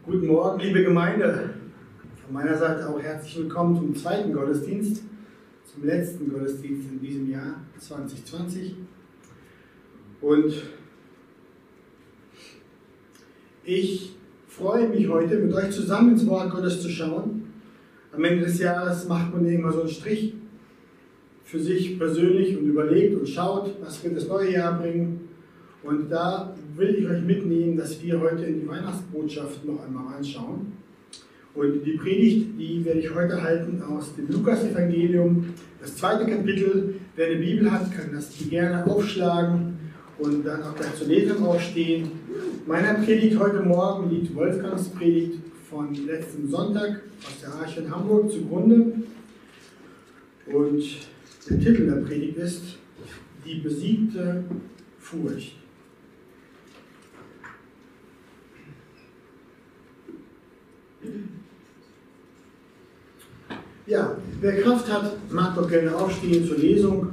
Guten Morgen, liebe Gemeinde. Von meiner Seite auch herzlich willkommen zum zweiten Gottesdienst, zum letzten Gottesdienst in diesem Jahr 2020. Und ich freue mich heute, mit euch zusammen ins Wort Gottes zu schauen. Am Ende des Jahres macht man immer so einen Strich für sich persönlich und überlegt und schaut, was wird das neue Jahr bringen. Und da will ich euch mitnehmen, dass wir heute in die Weihnachtsbotschaft noch einmal anschauen. Und die Predigt, die werde ich heute halten aus dem Lukas-Evangelium, das 2. Kapitel. Wer eine Bibel hat, kann das die gerne aufschlagen und dann auch gleich zur Lesung aufstehen. Meiner Predigt heute Morgen liegt Wolfgangs Predigt von letzten Sonntag aus der Arche in Hamburg zugrunde. Und der Titel der Predigt ist Die besiegte Furcht. Ja, wer Kraft hat, mag doch gerne aufstehen zur Lesung.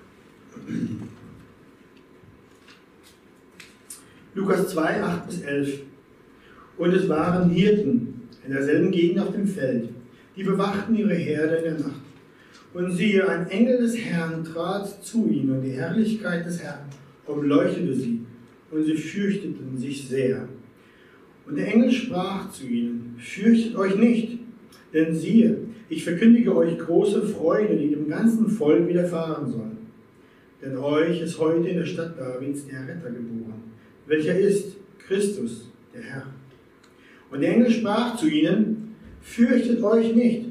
Lukas 2, 8-11. Und es waren Hirten in derselben Gegend auf dem Feld, die bewachten ihre Herde in der Nacht. Und siehe, ein Engel des Herrn trat zu ihnen, und die Herrlichkeit des Herrn umleuchtete sie, und sie fürchteten sich sehr. Und der Engel sprach zu ihnen: Fürchtet euch nicht, denn siehe, ich verkündige euch große Freude, die dem ganzen Volk widerfahren soll. Denn euch ist heute in der Stadt Davids der Retter geboren, welcher ist Christus, der Herr. Und der Engel sprach zu ihnen: Fürchtet euch nicht,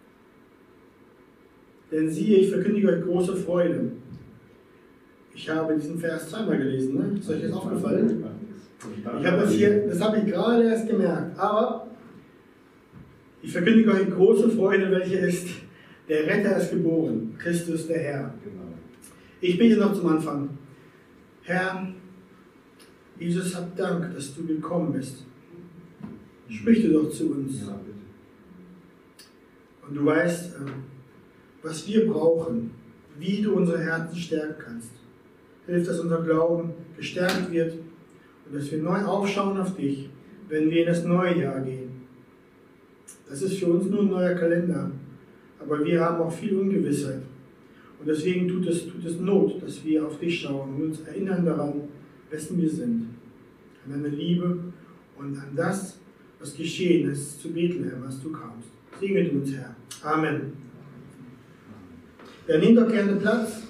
denn siehe, ich verkündige euch große Freude. Ich habe diesen Vers zweimal gelesen, ne? Ist euch das aufgefallen? Ich habe das habe ich gerade erst gemerkt. Aber ich verkündige euch große Freude, welche ist, der Retter ist geboren, Christus der Herr. Ich bete noch zum Anfang. Herr, Jesus, hab Dank, dass du gekommen bist. Sprich du doch zu uns. Ja, bitte. Und du weißt, was wir brauchen, wie du unsere Herzen stärken kannst. Hilf, dass unser Glauben gestärkt wird und dass wir neu aufschauen auf dich, wenn wir in das neue Jahr gehen. Das ist für uns nur ein neuer Kalender, aber wir haben auch viel Ungewissheit. Und deswegen tut es Not, dass wir auf dich schauen und uns erinnern daran, wessen wir sind. An deine Liebe und an das, was geschehen ist zu Bethlehem, als du kamst. Segne du uns, Herr. Amen. Ja, nehmt doch gerne Platz.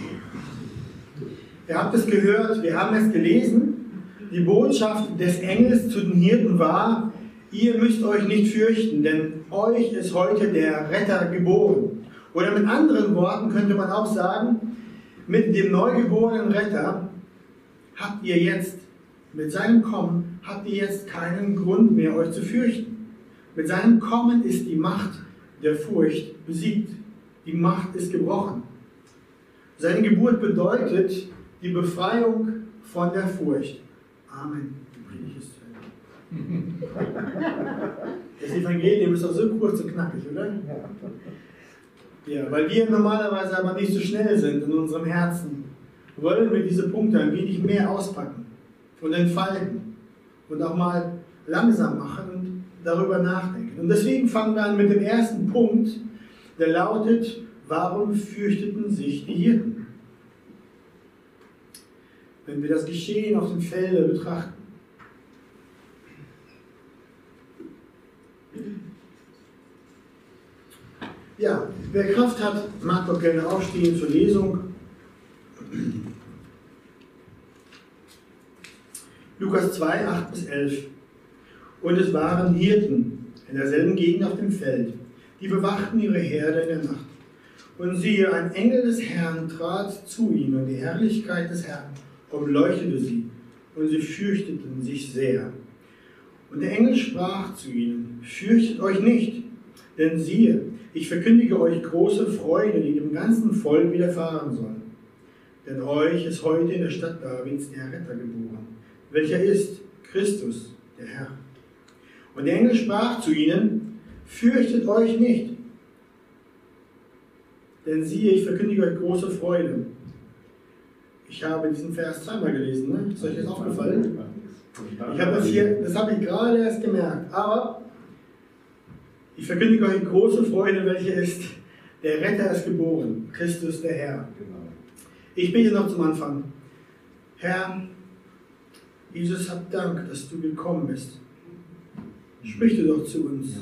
Ihr habt es gehört, wir haben es gelesen. Die Botschaft des Engels zu den Hirten war: Ihr müsst euch nicht fürchten, denn euch ist heute der Retter geboren. Oder mit anderen Worten könnte man auch sagen, mit dem neugeborenen Retter habt ihr jetzt, mit seinem Kommen, habt ihr jetzt keinen Grund mehr, euch zu fürchten. Mit seinem Kommen ist die Macht der Furcht besiegt. Die Macht ist gebrochen. Seine Geburt bedeutet die Befreiung von der Furcht. Amen. Das Evangelium ist doch so kurz und knackig, oder? Ja, weil wir normalerweise aber nicht so schnell sind in unserem Herzen, wollen wir diese Punkte ein wenig mehr auspacken und entfalten und auch mal langsam machen und darüber nachdenken. Und deswegen fangen wir an mit dem ersten Punkt, der lautet: Warum fürchteten sich die Hirten? Wenn wir das Geschehen auf dem Felde betrachten. Ja, wer Kraft hat, mag doch gerne aufstehen zur Lesung. Lukas 2, 8-11. Und es waren Hirten in derselben Gegend auf dem Feld, die bewachten ihre Herde in der Nacht. Und siehe, ein Engel des Herrn trat zu ihnen, und die Herrlichkeit des Herrn umleuchtete sie, und sie fürchteten sich sehr. Und der Engel sprach zu ihnen: Fürchtet euch nicht, denn siehe, ich verkündige euch große Freude, die dem ganzen Volk widerfahren soll. Denn euch ist heute in der Stadt Davids der Retter geboren, welcher ist Christus, der Herr. Und der Engel sprach zu ihnen: Fürchtet euch nicht, denn siehe, ich verkündige euch große Freude. Ich habe diesen Vers zweimal gelesen, ne? Ist euch das aufgefallen? Das habe ich gerade erst gemerkt. Aber ich verkündige euch große Freude, welche ist: Der Retter ist geboren, Christus der Herr. Ich bete noch zum Anfang. Herr, Jesus, hab Dank, dass du gekommen bist. Sprich du doch zu uns.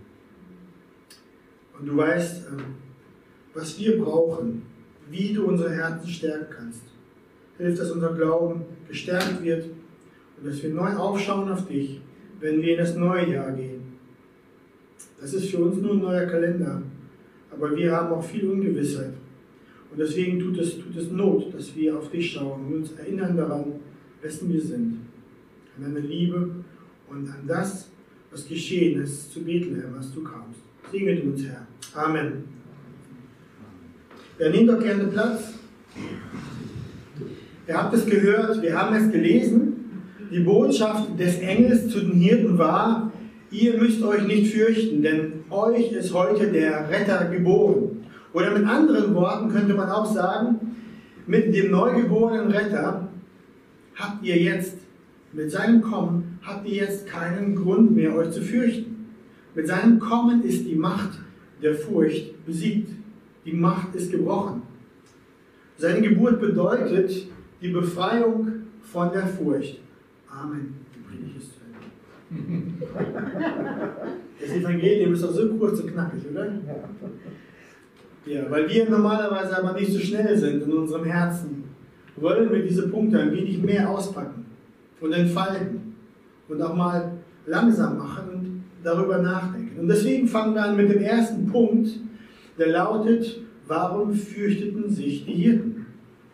Und du weißt, was wir brauchen, wie du unsere Herzen stärken kannst. Hilf, dass unser Glauben gestärkt wird und dass wir neu aufschauen auf dich, wenn wir in das neue Jahr gehen. Das ist für uns nur ein neuer Kalender, aber wir haben auch viel Ungewissheit. Und deswegen tut es Not, dass wir auf dich schauen und uns erinnern daran, wessen wir sind. An deine Liebe und an das, was geschehen ist zu Bethlehem, als du kamst. Segne du uns, Herr. Amen. Ja, nehmt doch gerne Platz. Ihr habt es gehört, wir haben es gelesen. Die Botschaft des Engels zu den Hirten war: Ihr müsst euch nicht fürchten, denn euch ist heute der Retter geboren. Oder mit anderen Worten könnte man auch sagen, mit dem neugeborenen Retter habt ihr jetzt, mit seinem Kommen, habt ihr jetzt keinen Grund mehr, euch zu fürchten. Mit seinem Kommen ist die Macht der Furcht besiegt. Die Macht ist gebrochen. Seine Geburt bedeutet die Befreiung von der Furcht. Amen. Die Predigt ist zu Ende. Das Evangelium ist doch so kurz und knackig, oder? Ja, weil wir normalerweise aber nicht so schnell sind in unserem Herzen, wollen wir diese Punkte ein wenig mehr auspacken und entfalten und auch mal langsam machen und darüber nachdenken. Und deswegen fangen wir an mit dem ersten Punkt, der lautet: Warum fürchteten sich die Hirten?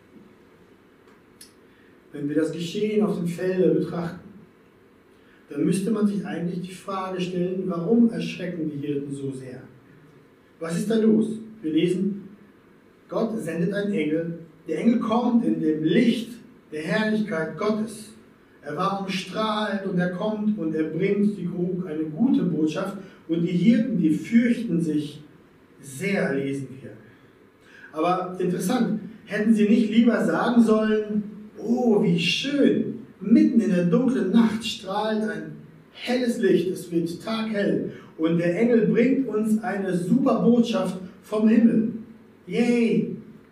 Wenn wir das Geschehen auf dem Felde betrachten, dann müsste man sich eigentlich die Frage stellen, warum erschrecken die Hirten so sehr? Was ist da los? Wir lesen, Gott sendet einen Engel. Der Engel kommt in dem Licht der Herrlichkeit Gottes. Er war umstrahlt und er kommt und er bringt eine gute Botschaft. Und die Hirten, die fürchten sich sehr, lesen wir. Aber interessant, hätten sie nicht lieber sagen sollen: Oh, wie schön, mitten in der dunklen Nacht strahlt ein helles Licht, es wird taghell und der Engel bringt uns eine super Botschaft vom Himmel. Yay!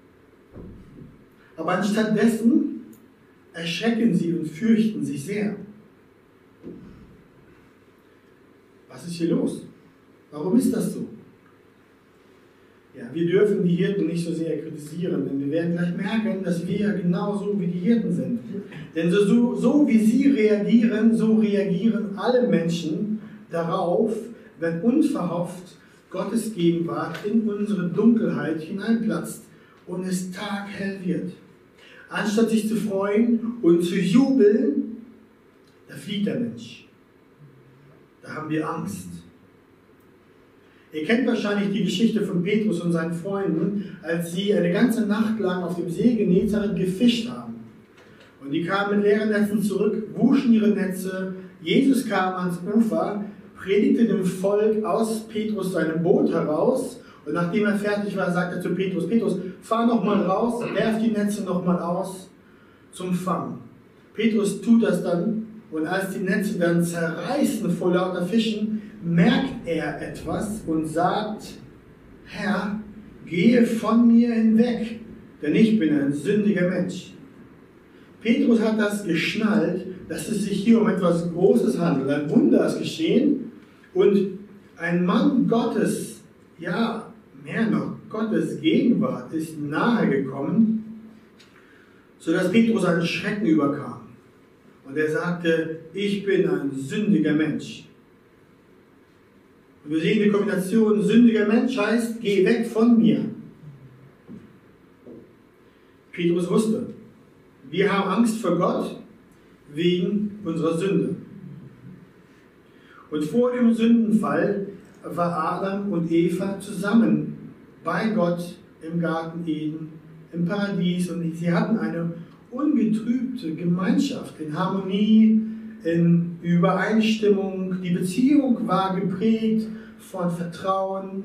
Aber anstattdessen erschrecken sie und fürchten sich sehr. Was ist hier los? Warum ist das so? Ja, wir dürfen die Hirten nicht so sehr kritisieren, denn wir werden gleich merken, dass wir genauso wie die Hirten sind. Denn so wie sie reagieren, so reagieren alle Menschen darauf, wenn unverhofft Gottes Gegenwart in unsere Dunkelheit hineinplatzt und es taghell wird. Anstatt sich zu freuen und zu jubeln, da flieht der Mensch. Da haben wir Angst. Ihr kennt wahrscheinlich die Geschichte von Petrus und seinen Freunden, als sie eine ganze Nacht lang auf dem See Genezareth gefischt haben. Und die kamen mit leeren Netzen zurück, wuschen ihre Netze. Jesus kam ans Ufer, predigte dem Volk aus Petrus seinem Boot heraus. Und nachdem er fertig war, sagte er zu Petrus: Petrus, fahr noch mal raus, werf die Netze noch mal aus zum Fang. Petrus tut das dann, und als die Netze dann zerreißen vor lauter Fischen, merkt er etwas und sagt: Herr, gehe von mir hinweg, denn ich bin ein sündiger Mensch. Petrus hat das geschnallt, dass es sich hier um etwas Großes handelt. Ein Wunder ist geschehen und ein Mann Gottes, ja, mehr noch, Gottes Gegenwart ist nahe gekommen, sodass Petrus einen Schrecken überkam. Und er sagte: Ich bin ein sündiger Mensch. Und wir sehen die Kombination: sündiger Mensch heißt, geh weg von mir. Petrus wusste, wir haben Angst vor Gott wegen unserer Sünde. Und vor dem Sündenfall war Adam und Eva zusammen bei Gott im Garten Eden, im Paradies, und sie hatten eine ungetrübte Gemeinschaft in Harmonie, in Übereinstimmung. Die Beziehung war geprägt von Vertrauen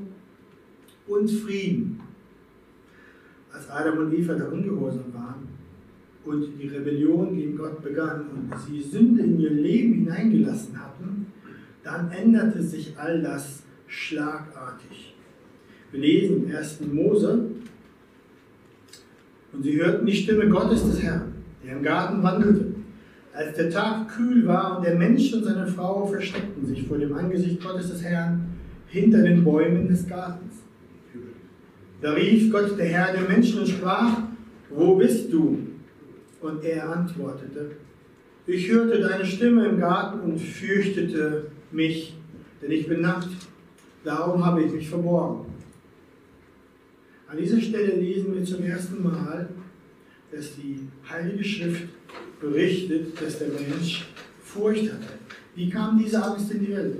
und Frieden. Als Adam und Eva da ungehorsam waren, und die Rebellion gegen Gott begann und sie Sünde in ihr Leben hineingelassen hatten, dann änderte sich all das schlagartig. Wir lesen im 1. Mose: Und sie hörten die Stimme Gottes des Herrn, der im Garten wandelte, als der Tag kühl war, und der Mensch und seine Frau versteckten sich vor dem Angesicht Gottes des Herrn hinter den Bäumen des Gartens. Da rief Gott, der Herr, den Menschen und sprach: Wo bist du? Und er antwortete: Ich hörte deine Stimme im Garten und fürchtete mich, denn ich bin nackt, darum habe ich mich verborgen. An dieser Stelle lesen wir zum ersten Mal, dass die Heilige Schrift berichtet, dass der Mensch Furcht hatte. Wie kam diese Angst in die Welt?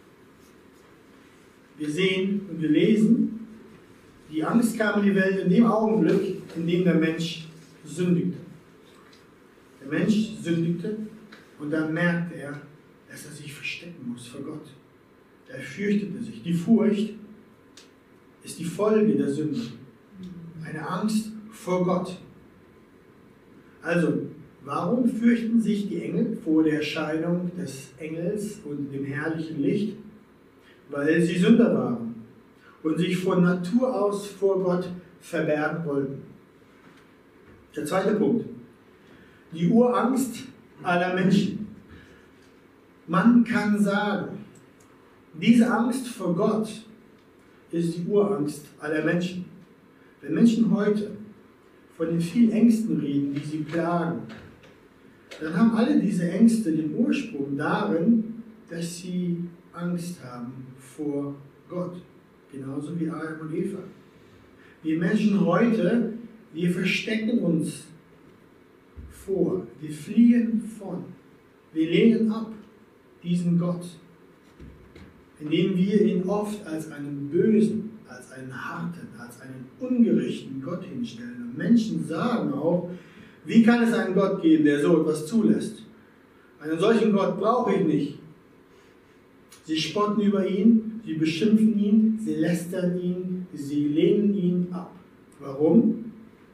Wir sehen und wir lesen, die Angst kam in die Welt in dem Augenblick, in dem der Mensch sündigte. Der Mensch sündigte und dann merkte er, dass er sich verstecken muss vor Gott. Er fürchtete sich. Die Furcht ist die Folge der Sünde. Eine Angst vor Gott. Also, warum fürchten sich die Engel vor der Erscheinung des Engels und dem herrlichen Licht? Weil sie Sünder waren und sich von Natur aus vor Gott verbergen wollten. Der zweite Punkt. Die Urangst aller Menschen. Man kann sagen, diese Angst vor Gott ist die Urangst aller Menschen. Wenn Menschen heute von den vielen Ängsten reden, die sie plagen, dann haben alle diese Ängste den Ursprung darin, dass sie Angst haben vor Gott. Genauso wie Adam und Eva. Wir Menschen heute, wir verstecken uns vor, wir fliehen von, wir lehnen ab diesen Gott, indem wir ihn oft als einen bösen, als einen harten, als einen ungerechten Gott hinstellen. Und Menschen sagen auch, wie kann es einen Gott geben, der so etwas zulässt? Einen solchen Gott brauche ich nicht. Sie spotten über ihn, sie beschimpfen ihn, sie lästern ihn, sie lehnen ihn ab. Warum?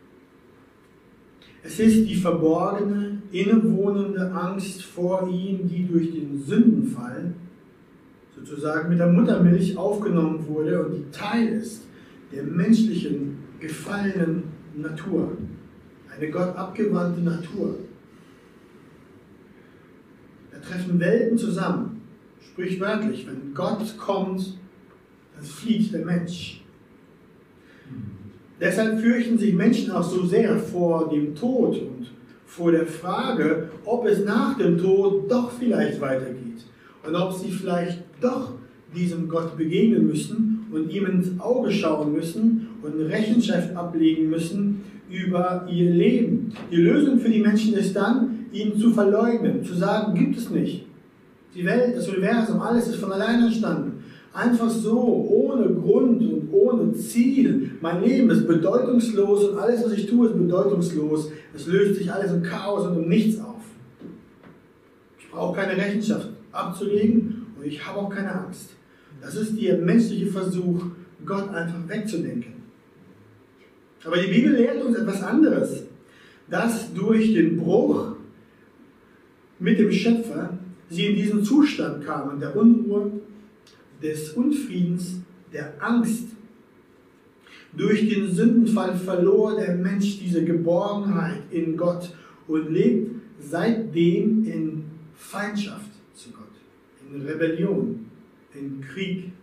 Es ist die verborgene, innewohnende Angst vor ihm, die durch den Sündenfall sozusagen mit der Muttermilch aufgenommen wurde und die Teil ist der menschlichen, gefallenen Natur. Eine Gott abgewandte Natur. Da treffen Welten zusammen. Sprichwörtlich, wenn Gott kommt, dann flieht der Mensch. Deshalb fürchten sich Menschen auch so sehr vor dem Tod und vor der Frage, ob es nach dem Tod doch vielleicht weitergeht und ob sie vielleicht doch diesem Gott begegnen müssen und ihm ins Auge schauen müssen und Rechenschaft ablegen müssen über ihr Leben. Die Lösung für die Menschen ist dann, ihn zu verleugnen, zu sagen, gibt es nicht. Die Welt, das Universum, alles ist von alleine entstanden. Einfach so, ohne Grund und ohne Ziel. Mein Leben ist bedeutungslos und alles, was ich tue, ist bedeutungslos. Es löst sich alles im Chaos und im Nichts auf. Ich brauche keine Rechenschaft abzulegen und ich habe auch keine Angst. Das ist der menschliche Versuch, Gott einfach wegzudenken. Aber die Bibel lehrt uns etwas anderes. Dass durch den Bruch mit dem Schöpfer sie in diesen Zustand kamen, der Unruhe, des Unfriedens, der Angst. Durch den Sündenfall verlor der Mensch diese Geborgenheit in Gott und lebt seitdem in Feindschaft zu Gott, in Rebellion, in Krieg.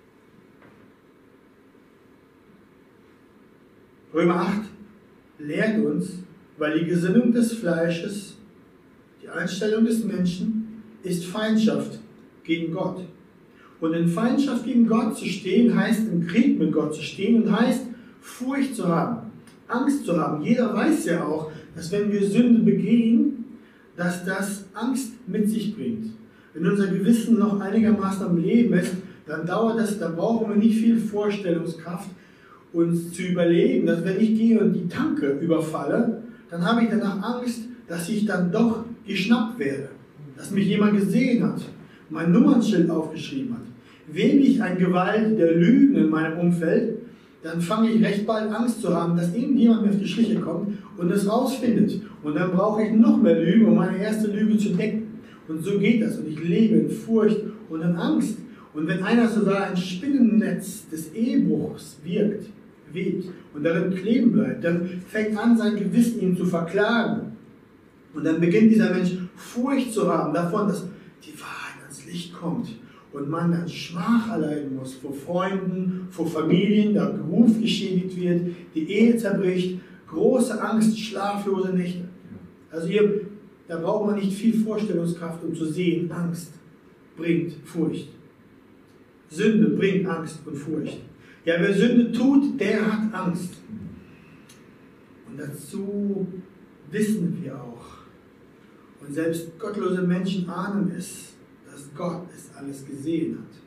Römer 8 lehrt uns, weil die Gesinnung des Fleisches, die Einstellung des Menschen, ist Feindschaft gegen Gott. Und in Feindschaft gegen Gott zu stehen, heißt im Krieg mit Gott zu stehen und heißt Furcht zu haben, Angst zu haben. Jeder weiß ja auch, dass wenn wir Sünde begehen, dass das Angst mit sich bringt. Wenn unser Gewissen noch einigermaßen am Leben ist, dann dann brauchen wir nicht viel Vorstellungskraft, uns zu überlegen, dass wenn ich gehe und die Tanke überfalle, dann habe ich danach Angst, dass ich dann doch geschnappt werde, dass mich jemand gesehen hat, mein Nummernschild aufgeschrieben hat. Wähle ich ein Gewalt der Lügen in meinem Umfeld, dann fange ich recht bald Angst zu haben, dass irgendjemand mir auf die Schliche kommt und es rausfindet. Und dann brauche ich noch mehr Lügen, um meine erste Lüge zu decken. Und so geht das. Und ich lebe in Furcht und in Angst. Und wenn einer sogar ein Spinnennetz des Ehebruchs webt und darin kleben bleibt, dann fängt an, sein Gewissen ihn zu verklagen. Und dann beginnt dieser Mensch Furcht zu haben davon, dass die Wahrheit ans Licht kommt und man dann Schmach erleiden muss vor Freunden, vor Familien, der Beruf geschädigt wird, die Ehe zerbricht, große Angst, schlaflose Nächte. Also da braucht man nicht viel Vorstellungskraft, um zu sehen, Angst bringt Furcht. Sünde bringt Angst und Furcht. Ja, wer Sünde tut, der hat Angst. Und dazu wissen wir auch, und selbst gottlose Menschen ahnen es, dass Gott es alles gesehen hat.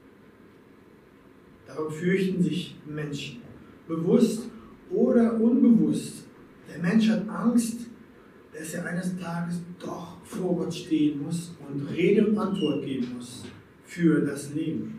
Darum fürchten sich Menschen, bewusst oder unbewusst. Der Mensch hat Angst, dass er eines Tages doch vor Gott stehen muss und Rede und Antwort geben muss für das Leben.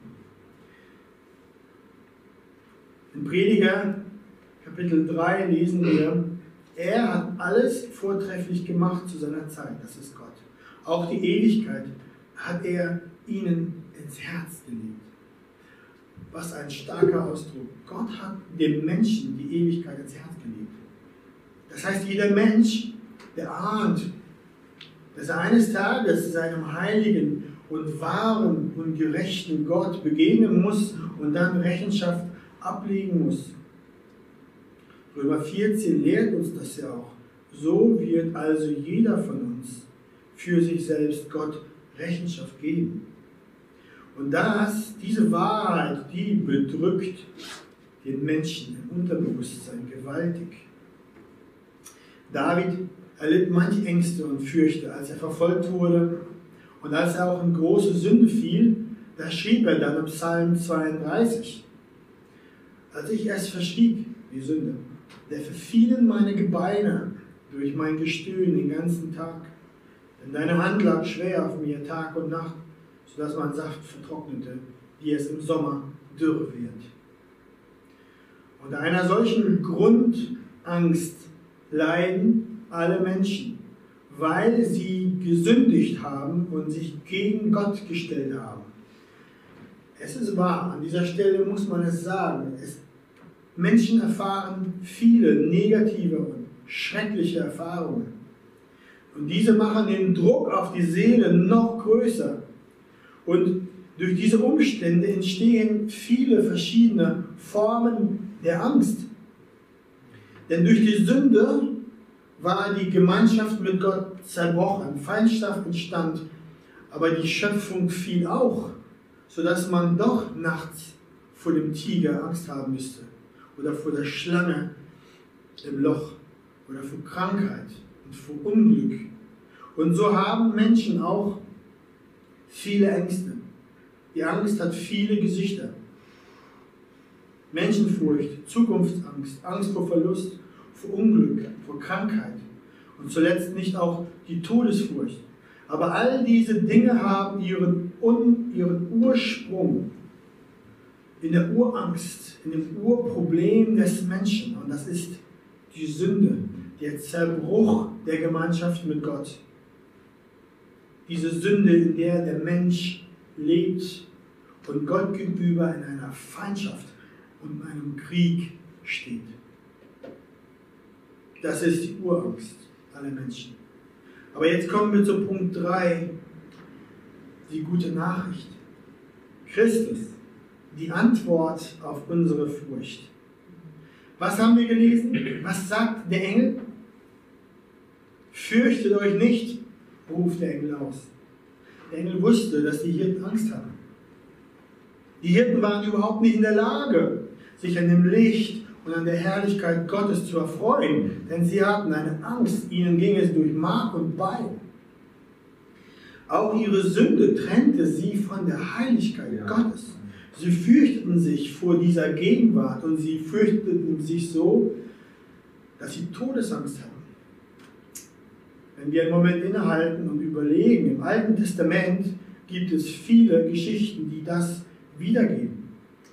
In Prediger Kapitel 3 lesen wir, er hat alles vortrefflich gemacht zu seiner Zeit, das ist Gott. Auch die Ewigkeit hat er ihnen ins Herz gelegt. Was ein starker Ausdruck. Gott hat dem Menschen die Ewigkeit ins Herz gelegt. Das heißt, jeder Mensch, der ahnt, dass er eines Tages seinem heiligen und wahren und gerechten Gott begegnen muss und dann Rechenschaft ablegen muss. Römer 14 lehrt uns das ja auch. So wird also jeder von uns für sich selbst Gott Rechenschaft geben. Und diese Wahrheit, die bedrückt den Menschen im Unterbewusstsein gewaltig. David erlitt manche Ängste und Fürchte, als er verfolgt wurde und als er auch in große Sünde fiel. Da schrieb er dann im Psalm 32, als ich erst verschwieg, die Sünde, da verfielen meine Gebeine durch mein Gestöhn den ganzen Tag. Denn deine Hand lag schwer auf mir Tag und Nacht, sodass mein Saft vertrocknete, wie es im Sommer dürre wird. Unter einer solchen Grundangst leiden alle Menschen, weil sie gesündigt haben und sich gegen Gott gestellt haben. Es ist wahr, an dieser Stelle muss man es sagen, Menschen erfahren viele negative und schreckliche Erfahrungen. Und diese machen den Druck auf die Seele noch größer. Und durch diese Umstände entstehen viele verschiedene Formen der Angst. Denn durch die Sünde war die Gemeinschaft mit Gott zerbrochen, Feindschaft entstand, aber die Schöpfung fiel auch, sodass man doch nachts vor dem Tiger Angst haben müsste oder vor der Schlange im Loch oder vor Krankheit und vor Unglück. Und so haben Menschen auch viele Ängste. Die Angst hat viele Gesichter. Menschenfurcht, Zukunftsangst, Angst vor Verlust, vor Unglück, vor Krankheit und zuletzt nicht auch die Todesfurcht. Aber all diese Dinge haben ihren Ursprung in der Urangst, in dem Urproblem des Menschen. Und das ist die Sünde, der Zerbruch der Gemeinschaft mit Gott. Diese Sünde, in der der Mensch lebt und Gott gegenüber in einer Feindschaft und in einem Krieg steht. Das ist die Urangst aller Menschen. Aber jetzt kommen wir zu Punkt 3, die gute Nachricht. Christus, die Antwort auf unsere Furcht. Was haben wir gelesen? Was sagt der Engel? Fürchtet euch nicht, ruft der Engel aus. Der Engel wusste, dass die Hirten Angst hatten. Die Hirten waren überhaupt nicht in der Lage, sich an dem Licht und an der Herrlichkeit Gottes zu erfreuen, denn sie hatten eine Angst, ihnen ging es durch Mark und Bein. Auch ihre Sünde trennte sie von der Heiligkeit Gottes. Sie fürchteten sich vor dieser Gegenwart und sie fürchteten sich so, dass sie Todesangst hatten. Wenn wir einen Moment innehalten und überlegen, im Alten Testament gibt es viele Geschichten, die das wiedergeben.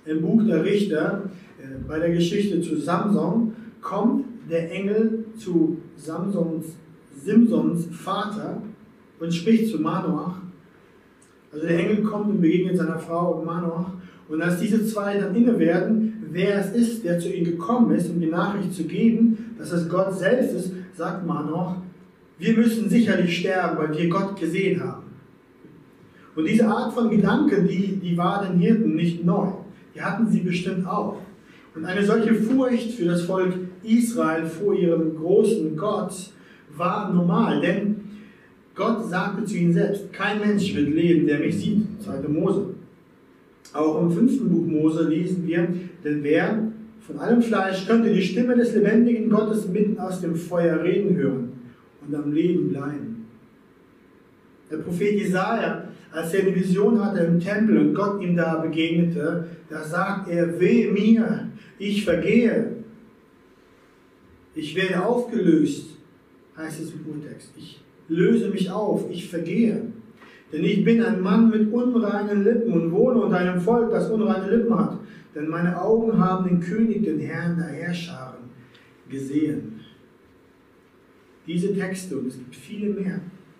im Buch der Richter, bei der Geschichte zu Samson, kommt der Engel zu Simsons Vater und spricht zu Manoach. Also der Engel kommt und begegnet seiner Frau Manoach. Und als diese zwei dann inne werden, wer es ist, der zu ihnen gekommen ist, um die Nachricht zu geben, dass es Gott selbst ist, sagt Manoach, wir müssen sicherlich sterben, weil wir Gott gesehen haben. Und diese Art von Gedanken, die war den Hirten nicht neu. Die hatten sie bestimmt auch. Und eine solche Furcht für das Volk Israel vor ihrem großen Gott war normal, denn Gott sagte zu ihnen selbst, kein Mensch wird leben, der mich sieht. 2. Mose. Auch im 5. Buch Mose lesen wir, denn wer von allem Fleisch könnte die Stimme des lebendigen Gottes mitten aus dem Feuer reden hören und am Leben bleiben. Der Prophet Jesaja, als er eine Vision hatte im Tempel und Gott ihm da begegnete, da sagt er, wehe mir, ich vergehe. Ich werde aufgelöst, heißt es im Urtext. Ich löse mich auf, ich vergehe. Denn ich bin ein Mann mit unreinen Lippen und wohne unter einem Volk, das unreine Lippen hat. Denn meine Augen haben den König, den Herrn der Heerscharen, gesehen. Diese Texte, und es gibt viele mehr,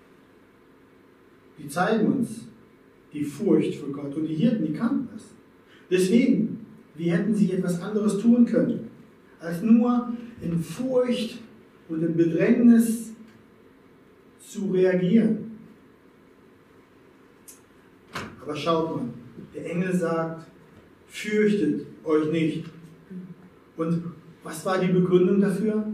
die zeigen uns die Furcht vor Gott. Und die Hirten, die kannten das. Deswegen, wie hätten sie etwas anderes tun können, als nur in Furcht und in Bedrängnis zu reagieren. Aber schaut mal, der Engel sagt, fürchtet euch nicht. Und was war die Begründung dafür?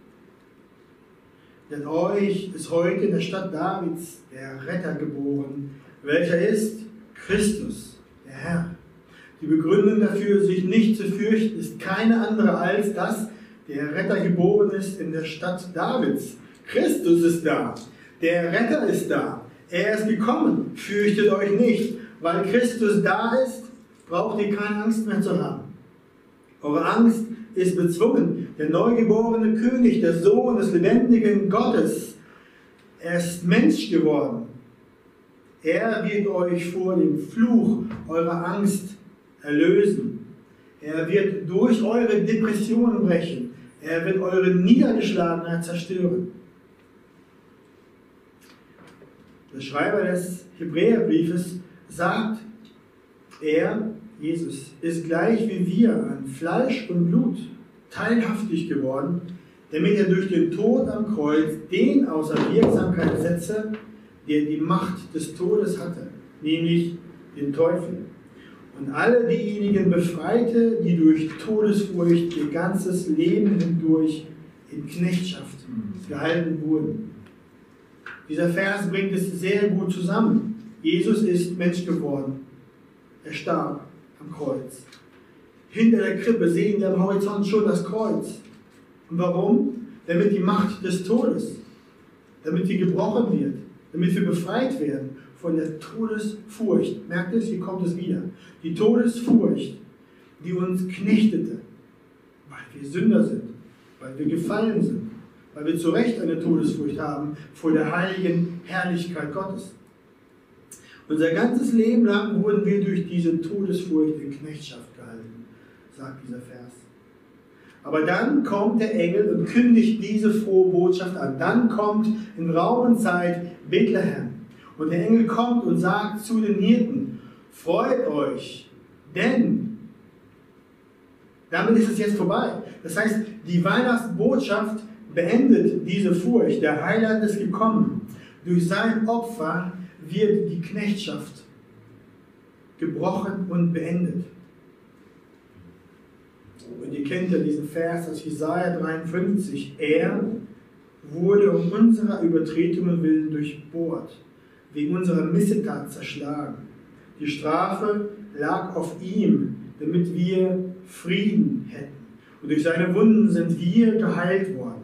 Denn euch ist heute in der Stadt Davids der Retter geboren, welcher ist Christus, der Herr. Die Begründung dafür, sich nicht zu fürchten, ist keine andere als, dass der Retter geboren ist in der Stadt Davids. Christus ist da, der Retter ist da, er ist gekommen, fürchtet euch nicht. Weil Christus da ist, braucht ihr keine Angst mehr zu haben. Eure Angst ist bezwungen. Der neugeborene König, der Sohn des lebendigen Gottes, er ist Mensch geworden. Er wird euch vor dem Fluch eurer Angst erlösen. Er wird durch eure Depressionen brechen. Er wird eure Niedergeschlagenheit zerstören. Der Schreiber des Hebräerbriefes sagt, er, Jesus, ist gleich wie wir an Fleisch und Blut teilhaftig geworden, damit er durch den Tod am Kreuz den außer Wirksamkeit setze, der die Macht des Todes hatte, nämlich den Teufel. Und alle diejenigen befreite, die durch Todesfurcht ihr ganzes Leben hindurch in Knechtschaft gehalten wurden. Dieser Vers bringt es sehr gut zusammen. Jesus ist Mensch geworden. Er starb am Kreuz. Hinter der Krippe sehen wir am Horizont schon das Kreuz. Und warum? Damit die Macht des Todes, damit sie gebrochen wird, damit wir befreit werden von der Todesfurcht. Merkt es, hier kommt es wieder. Die Todesfurcht, die uns knechtete, weil wir Sünder sind, weil wir gefallen sind, weil wir zu Recht eine Todesfurcht haben vor der heiligen Herrlichkeit Gottes. Unser ganzes Leben lang wurden wir durch diese Todesfurcht in Knechtschaft gehalten, sagt dieser Vers. Aber dann kommt der Engel und kündigt diese frohe Botschaft an. Dann kommt in Raum und Zeit Bethlehem. Und der Engel kommt und sagt zu den Hirten, freut euch, denn damit ist es jetzt vorbei. Das heißt, die Weihnachtsbotschaft beendet diese Furcht. Der Heiland ist gekommen. Durch sein Opfer wird die Knechtschaft gebrochen und beendet. Und ihr kennt ja diesen Vers aus Jesaja 53. Er wurde um unserer Übertretungen willen durchbohrt, wegen unserer Missetat zerschlagen. Die Strafe lag auf ihm, damit wir Frieden hätten. Und durch seine Wunden sind wir geheilt worden.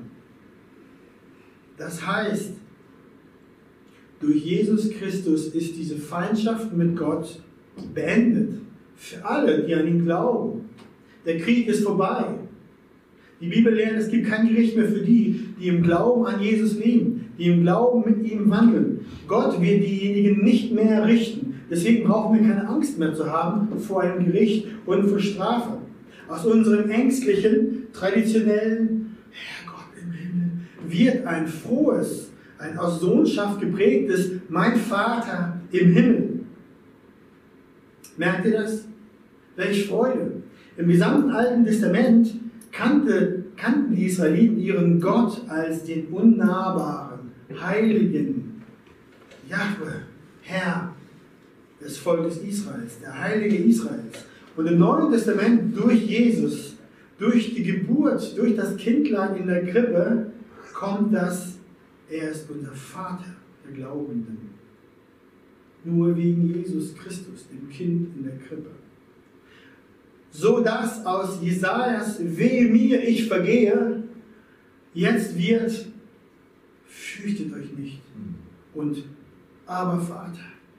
Das heißt, durch Jesus Christus ist diese Feindschaft mit Gott beendet. Für alle, die an ihn glauben. Der Krieg ist vorbei. Die Bibel lehrt, es gibt kein Gericht mehr für die, die im Glauben an Jesus leben, die im Glauben mit ihm wandeln. Gott wird diejenigen nicht mehr richten, Deswegen brauchen wir keine Angst mehr zu haben vor einem Gericht und vor Strafe. Aus unserem ängstlichen, traditionellen Herrgott im Himmel wird ein frohes, ein aus Sohnschaft geprägtes mein Vater im Himmel. Merkt ihr das? Welche Freude! Im gesamten Alten Testament kannten die Israeliten ihren Gott als den unnahbaren, heiligen Jahwe, Herr des Volkes Israels, der Heilige Israels. Und im Neuen Testament durch Jesus, durch die Geburt, durch das Kindlein in der Krippe, kommt das, er ist unser Vater der Glaubenden. Nur wegen Jesus Christus, dem Kind in der Krippe. So dass aus Jesajas wehe mir, ich vergehe, jetzt wird, fürchtet euch nicht und aber Vater.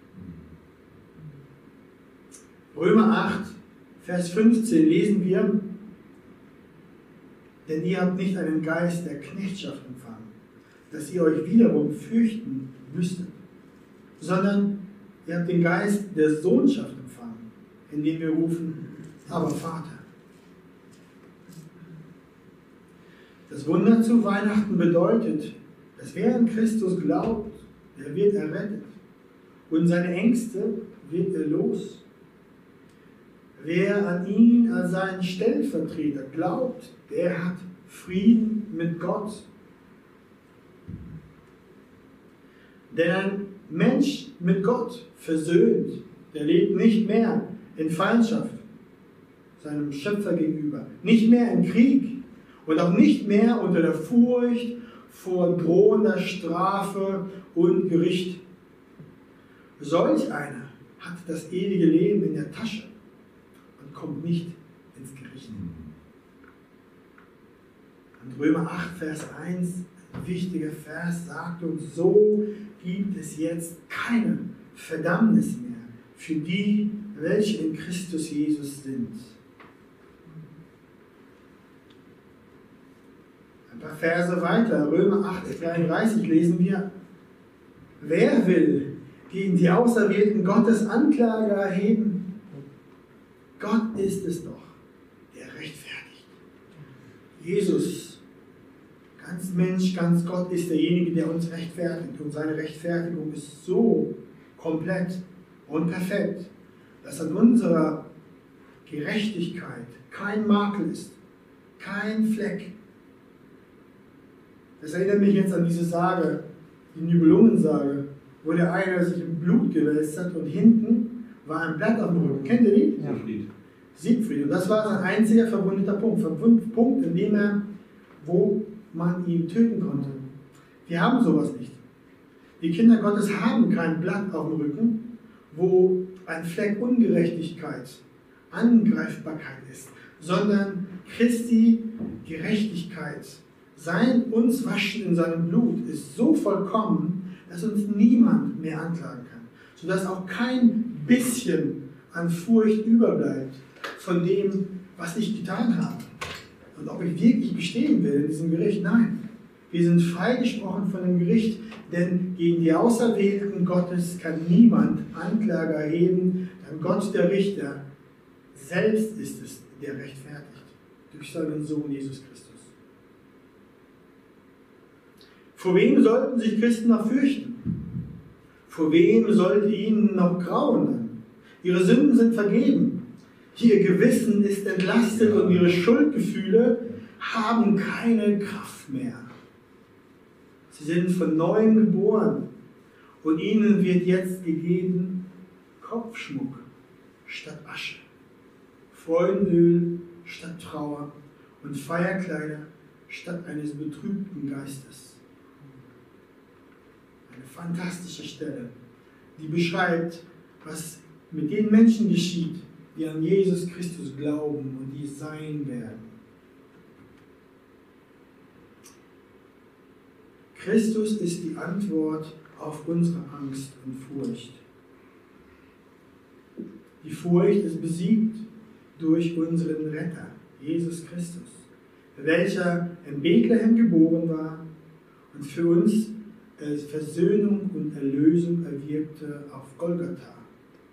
Römer 8, Vers 15 lesen wir, denn ihr habt nicht einen Geist der Knechtschaft empfangen, dass ihr euch wiederum fürchten müsstet, sondern ihr habt den Geist der Sohnschaft empfangen, indem wir rufen, aber Vater. Das Wunder zu Weihnachten bedeutet, dass wer an Christus glaubt, der wird errettet und seine Ängste wird er los. Wer an ihn als seinen Stellvertreter glaubt, der hat Frieden mit Gott. Denn ein Mensch mit Gott versöhnt, der lebt nicht mehr in Feindschaft seinem Schöpfer gegenüber, nicht mehr im Krieg und auch nicht mehr unter der Furcht vor drohender Strafe und Gericht. Solch einer hat das ewige Leben in der Tasche und kommt nicht ins Gericht. Und Römer 8, Vers 1, ein wichtiger Vers, sagt uns, so gibt es jetzt keine Verdammnis mehr für die, welche in Christus Jesus sind. Ein paar Verse weiter, Römer 8, 33 lesen wir, wer will gegen die Auserwählten Gottes Anklage erheben? Gott ist es doch, der rechtfertigt. Jesus, ganz Mensch, ganz Gott, ist derjenige, der uns rechtfertigt. Und seine Rechtfertigung ist so komplett und perfekt, dass an unserer Gerechtigkeit kein Makel ist, kein Fleck. Das erinnert mich jetzt an diese Sage, die Nibelungensage, wo der eine sich im Blut gewälzt hat und hinten war ein Blatt auf dem Rücken. Kennt ihr die? Ja. Siegfried. Und das war sein einziger verwundeter Punkt. Punkt, in dem wo man ihn töten konnte. Wir haben sowas nicht. Die Kinder Gottes haben kein Blatt auf dem Rücken, wo ein Fleck Ungerechtigkeit, Angreifbarkeit ist, sondern Christi Gerechtigkeit. Sein uns Waschen in seinem Blut ist so vollkommen, dass uns niemand mehr anklagen kann, sodass auch kein bisschen an Furcht überbleibt von dem, was ich getan habe. Und ob ich wirklich bestehen will in diesem Gericht, nein. Wir sind freigesprochen von dem Gericht, denn gegen die Auserwählten Gottes kann niemand Anklage erheben, denn Gott, der Richter, selbst ist es, der rechtfertigt, durch seinen Sohn Jesus Christus. Vor wem sollten sich Christen noch fürchten? Vor wem sollte ihnen noch grauen dann? Ihre Sünden sind vergeben. Ihr Gewissen ist entlastet und ihre Schuldgefühle haben keine Kraft mehr. Sie sind von neuem geboren und ihnen wird jetzt gegeben Kopfschmuck statt Asche, Freudenöl statt Trauer und Feierkleider statt eines betrübten Geistes. Eine fantastische Stelle, die beschreibt, was mit den Menschen geschieht, die an Jesus Christus glauben und die es sein werden. Christus ist die Antwort auf unsere Angst und Furcht. Die Furcht ist besiegt durch unseren Retter, Jesus Christus, welcher in Bethlehem geboren war und für uns Versöhnung und Erlösung erwirkte auf Golgatha.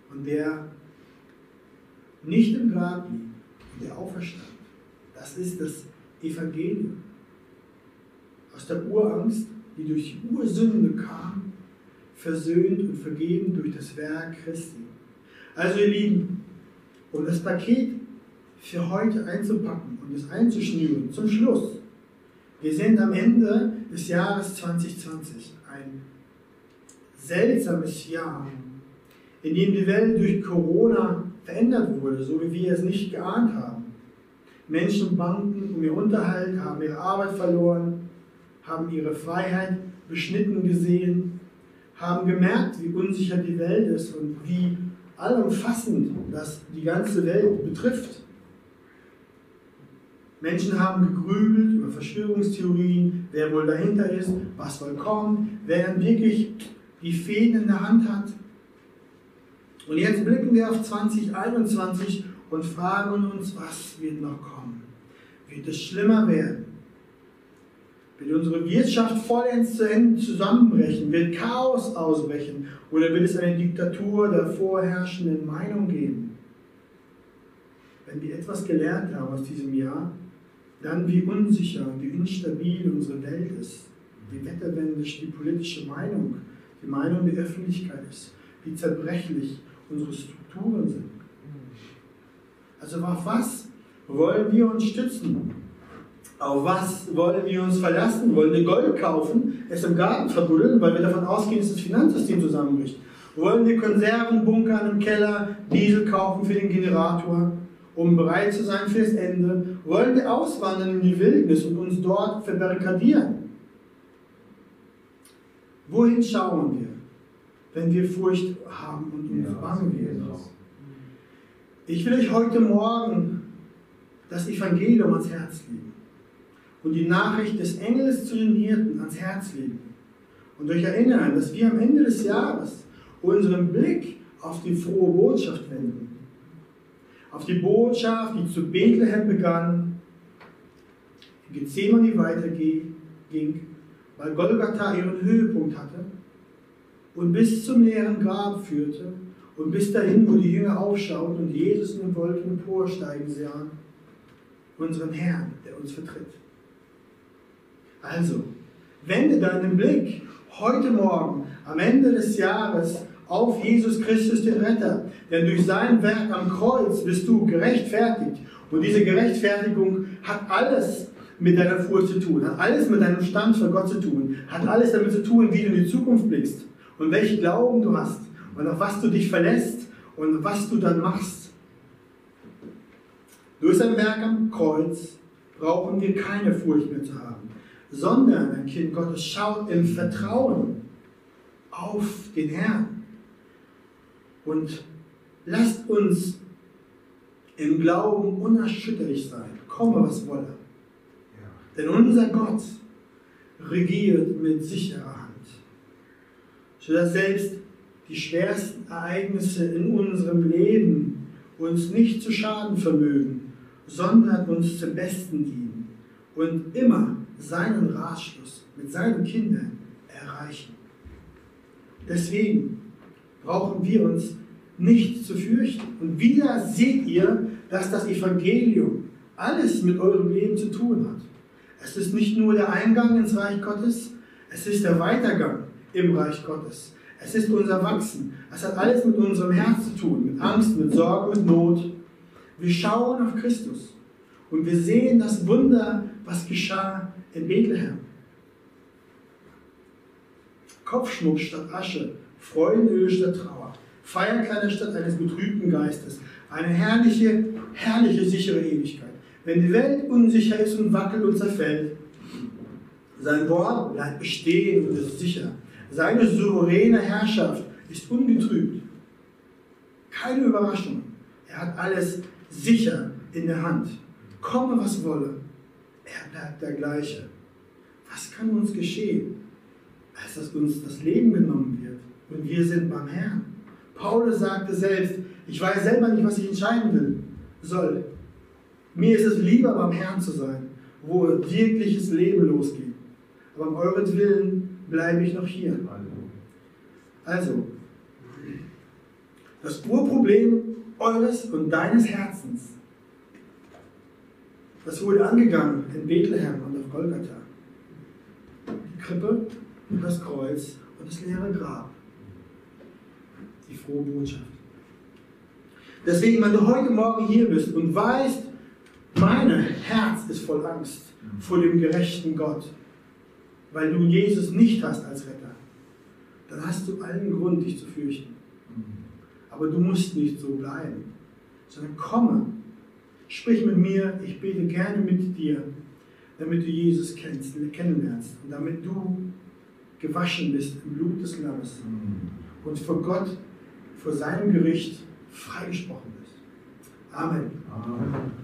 und der nicht im Grab liegt und der auferstand. Das ist das Evangelium. Aus der Urangst, die durch die Ursünde kam, versöhnt und vergeben durch das Werk Christi. Also ihr Lieben, um das Paket für heute einzupacken und es einzuschnüren, zum Schluss. Wir sind am Ende des Jahres 2020, ein seltsames Jahr, in dem die Welt durch Corona verändert wurde, so wie wir es nicht geahnt haben. Menschen bangen um ihr Unterhalt, haben ihre Arbeit verloren, haben ihre Freiheit beschnitten gesehen, haben gemerkt, wie unsicher die Welt ist und wie allumfassend das die ganze Welt betrifft. Menschen haben gegrübelt über Verschwörungstheorien, wer wohl dahinter ist, was wohl kommt, wer dann wirklich die Fäden in der Hand hat. Und jetzt blicken wir auf 2021 und fragen uns, was wird noch kommen? Wird es schlimmer werden? Wird unsere Wirtschaft vollends zu Ende zusammenbrechen? Wird Chaos ausbrechen? Oder wird es eine Diktatur der vorherrschenden Meinung geben? Wenn wir etwas gelernt haben aus diesem Jahr, dann wie unsicher und wie instabil unsere Welt ist, wie wetterwendisch die politische Meinung, die Meinung der Öffentlichkeit ist, wie zerbrechlich unsere Strukturen sind. Also auf was wollen wir uns stützen? Auf was wollen wir uns verlassen? Wollen wir Gold kaufen, es im Garten verbuddeln, weil wir davon ausgehen, dass das Finanzsystem zusammenbricht? Wollen wir Konserven bunkern im Keller, Diesel kaufen für den Generator, um bereit zu sein für das Ende? Wollen wir auswandern in die Wildnis und uns dort verbarrikadieren? Wohin schauen wir, wenn wir Furcht haben und uns bange werden? Ich will euch heute Morgen das Evangelium ans Herz legen und die Nachricht des Engels zu den Hirten ans Herz legen und euch erinnern, dass wir am Ende des Jahres unseren Blick auf die frohe Botschaft wenden. Auf die Botschaft, die zu Bethlehem begann, in Gethsemane weiterging, weil Golgatha ihren Höhepunkt hatte und bis zum leeren Grab führte und bis dahin, wo die Jünger aufschauten und Jesus in den Wolken emporsteigen sahen, unseren Herrn, der uns vertritt. Also, wende deinen Blick heute Morgen am Ende des Jahres auf Jesus Christus, den Retter. Denn durch sein Werk am Kreuz bist du gerechtfertigt. Und diese Gerechtfertigung hat alles mit deiner Furcht zu tun, hat alles mit deinem Stand vor Gott zu tun, hat alles damit zu tun, wie du in die Zukunft blickst und welchen Glauben du hast und auf was du dich verlässt und was du dann machst. Durch sein Werk am Kreuz brauchen wir keine Furcht mehr zu haben, sondern ein Kind Gottes schaut im Vertrauen auf den Herrn. Und lasst uns im Glauben unerschütterlich sein, komme was wolle. Denn unser Gott regiert mit sicherer Hand, sodass selbst die schwersten Ereignisse in unserem Leben uns nicht zu schaden vermögen, sondern uns zum Besten dienen und immer seinen Ratschluss mit seinen Kindern erreichen. Deswegen brauchen wir uns nicht zu fürchten. Und wieder seht ihr, dass das Evangelium alles mit eurem Leben zu tun hat. Es ist nicht nur der Eingang ins Reich Gottes, es ist der Weitergang im Reich Gottes. Es ist unser Wachsen. Es hat alles mit unserem Herz zu tun, mit Angst, mit Sorge, mit Not. Wir schauen auf Christus und wir sehen das Wunder, was geschah in Bethlehem. Kopfschmuck statt Asche, Freudenöl statt Trauer, Feierkleider statt eines betrübten Geistes, eine herrliche, herrliche, sichere Ewigkeit. Wenn die Welt unsicher ist und wackelt und zerfällt, sein Wort bleibt bestehen und ist sicher. Seine souveräne Herrschaft ist ungetrübt. Keine Überraschung. Er hat alles sicher in der Hand. Komme, was wolle, er bleibt der Gleiche. Was kann uns geschehen, als dass uns das Leben genommen wird und wir sind beim Herrn? Paulus sagte selbst, ich weiß selber nicht, was ich entscheiden soll. Mir ist es lieber, beim Herrn zu sein, wo wirkliches Leben losgeht. Aber um euretwillen bleibe ich noch hier. Also, Das Urproblem eures und deines Herzens, das wurde angegangen in Bethlehem und auf Golgatha. Die Krippe und das Kreuz und das leere Grab. Die frohe Botschaft. Deswegen, wenn du heute Morgen hier bist und weißt, mein Herz ist voll Angst vor dem gerechten Gott, weil du Jesus nicht hast als Retter, dann hast du allen Grund, dich zu fürchten. Aber du musst nicht so bleiben, sondern komme, sprich mit mir, ich bete gerne mit dir, damit du Jesus kennenlernst und damit du gewaschen bist im Blut des Lammes und vor Gott, vor seinem Gericht freigesprochen bist. Amen. Amen.